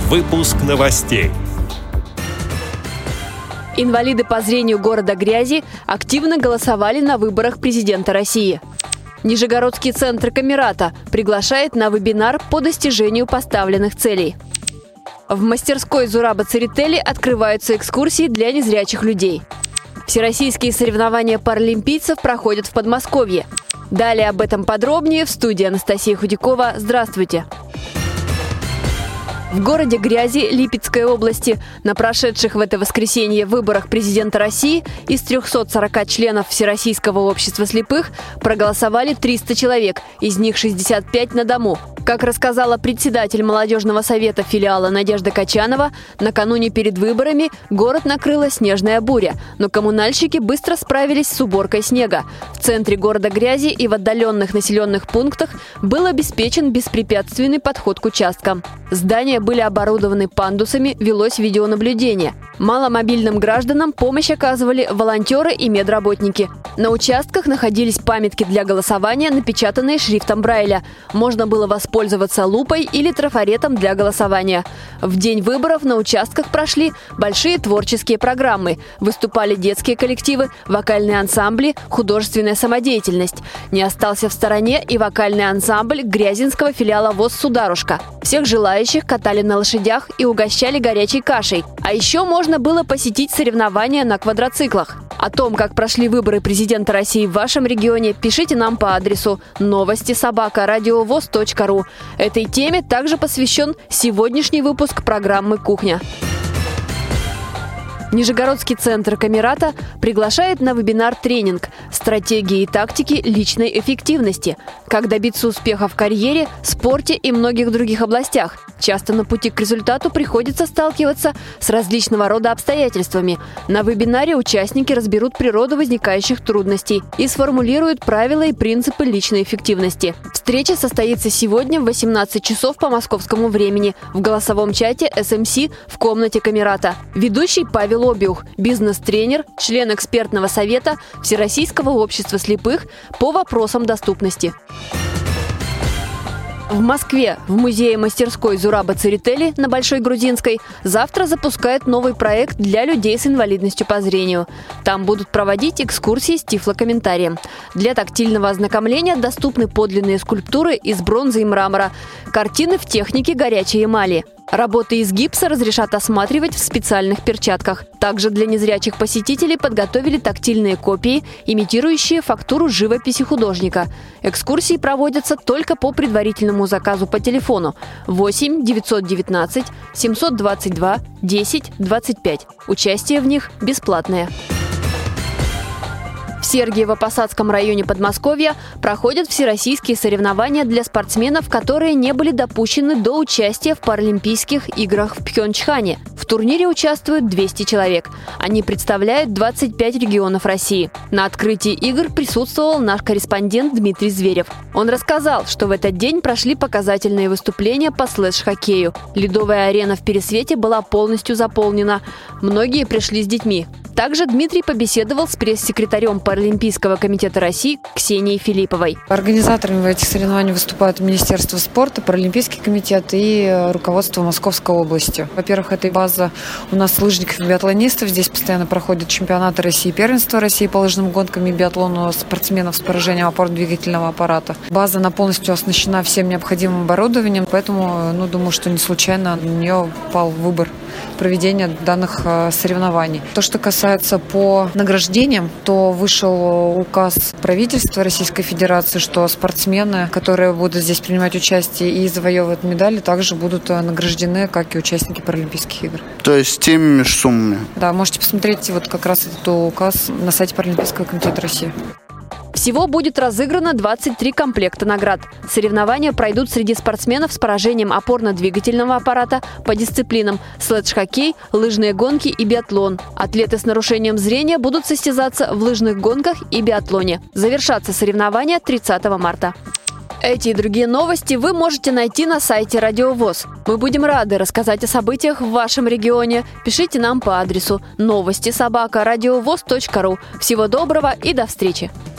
Выпуск новостей. Инвалиды по зрению города Грязи активно голосовали на выборах президента России. Нижегородский центр Камерата приглашает на вебинар по достижению поставленных целей. В мастерской Зураба Церетели открываются экскурсии для незрячих людей. Всероссийские соревнования паралимпийцев проходят в Подмосковье. Далее об этом подробнее в студии Анастасия Худякова. Здравствуйте! В городе Грязи Липецкой области на прошедших в это воскресенье выборах президента России из 340 членов Всероссийского общества слепых проголосовали 300 человек, из них 65 на дому. Как рассказала председатель молодежного совета филиала Надежда Качанова, накануне перед выборами город накрыла снежная буря, но коммунальщики быстро справились с уборкой снега. В центре города Грязи и в отдаленных населенных пунктах был обеспечен беспрепятственный подход к участкам. Здания были оборудованы пандусами, велось видеонаблюдение. Маломобильным гражданам помощь оказывали волонтеры и медработники. На участках находились памятки для голосования, напечатанные шрифтом Брайля. Можно было воспользоваться лупой или трафаретом для голосования. В день выборов на участках прошли большие творческие программы. Выступали детские коллективы, вокальные ансамбли, художественная самодеятельность. Не остался в стороне и вокальный ансамбль грязинского филиала ВОС «Сударушка». Всех желающих катали на лошадях и угощали горячей кашей. А еще можно было посетить соревнования на квадроциклах. О том, как прошли выборы президента России в вашем регионе, пишите нам по адресу новости@радиовоз.ру. Этой теме также посвящен сегодняшний выпуск программы «Кухня». Нижегородский центр Камерата приглашает на вебинар-тренинг «Стратегии и тактики личной эффективности. Как добиться успеха в карьере, спорте и многих других областях». Часто на пути к результату приходится сталкиваться с различного рода обстоятельствами. На вебинаре участники разберут природу возникающих трудностей и сформулируют правила и принципы личной эффективности. Встреча состоится сегодня в 18 часов по московскому времени в голосовом чате SMC в комнате Камерата. Ведущий Павел Обиух, бизнес-тренер, член экспертного совета Всероссийского общества слепых по вопросам доступности. В Москве в музее-мастерской Зураба Церетели на Большой Грузинской завтра запускают новый проект для людей с инвалидностью по зрению. Там будут проводить экскурсии с тифлокомментарием. Для тактильного ознакомления доступны подлинные скульптуры из бронзы и мрамора, картины в технике горячей эмали. Работы из гипса разрешат осматривать в специальных перчатках. Также для незрячих посетителей подготовили тактильные копии, имитирующие фактуру живописи художника. Экскурсии проводятся только по предварительному заказу по телефону 8 919 722 10 25. Участие в них бесплатное. В Сергиево-Посадском районе Подмосковья проходят всероссийские соревнования для спортсменов, которые не были допущены до участия в Паралимпийских играх в Пхенчхане. В турнире участвуют 200 человек. Они представляют 25 регионов России. На открытии игр присутствовал наш корреспондент Дмитрий Зверев. Он рассказал, что в этот день прошли показательные выступления по слэш-хоккею. Ледовая арена в Пересвете была полностью заполнена. Многие пришли с детьми. Также Дмитрий побеседовал с пресс-секретарем Паралимпийского комитета России Ксенией Филипповой. Организаторами этих соревнований выступают Министерство спорта, Паралимпийский комитет и руководство Московской области. Во-первых, это база у нас лыжников и биатлонистов. Здесь постоянно проходят чемпионаты России, первенства России по лыжным гонкам и биатлону спортсменов с поражением опорно-двигательного аппарата. База она полностью оснащена всем необходимым оборудованием, поэтому думаю, что не случайно на нее пал выбор проведения данных соревнований. То, что касается по награждениям, то вышел указ правительства Российской Федерации, что спортсмены, которые будут здесь принимать участие и завоевывать медали, также будут награждены, как и участники Паралимпийских игр. То есть теми же суммами? Да, можете посмотреть вот как раз этот указ на сайте Паралимпийского комитета России. Всего будет разыграно 23 комплекта наград. Соревнования пройдут среди спортсменов с поражением опорно-двигательного аппарата по дисциплинам слэдж-хоккей, лыжные гонки и биатлон. Атлеты с нарушением зрения будут состязаться в лыжных гонках и биатлоне. Завершатся соревнования 30 марта. Эти и другие новости вы можете найти на сайте Радио ВОС. Мы будем рады рассказать о событиях в вашем регионе. Пишите нам по адресу новости@радиовоз.ру. Всего доброго и до встречи!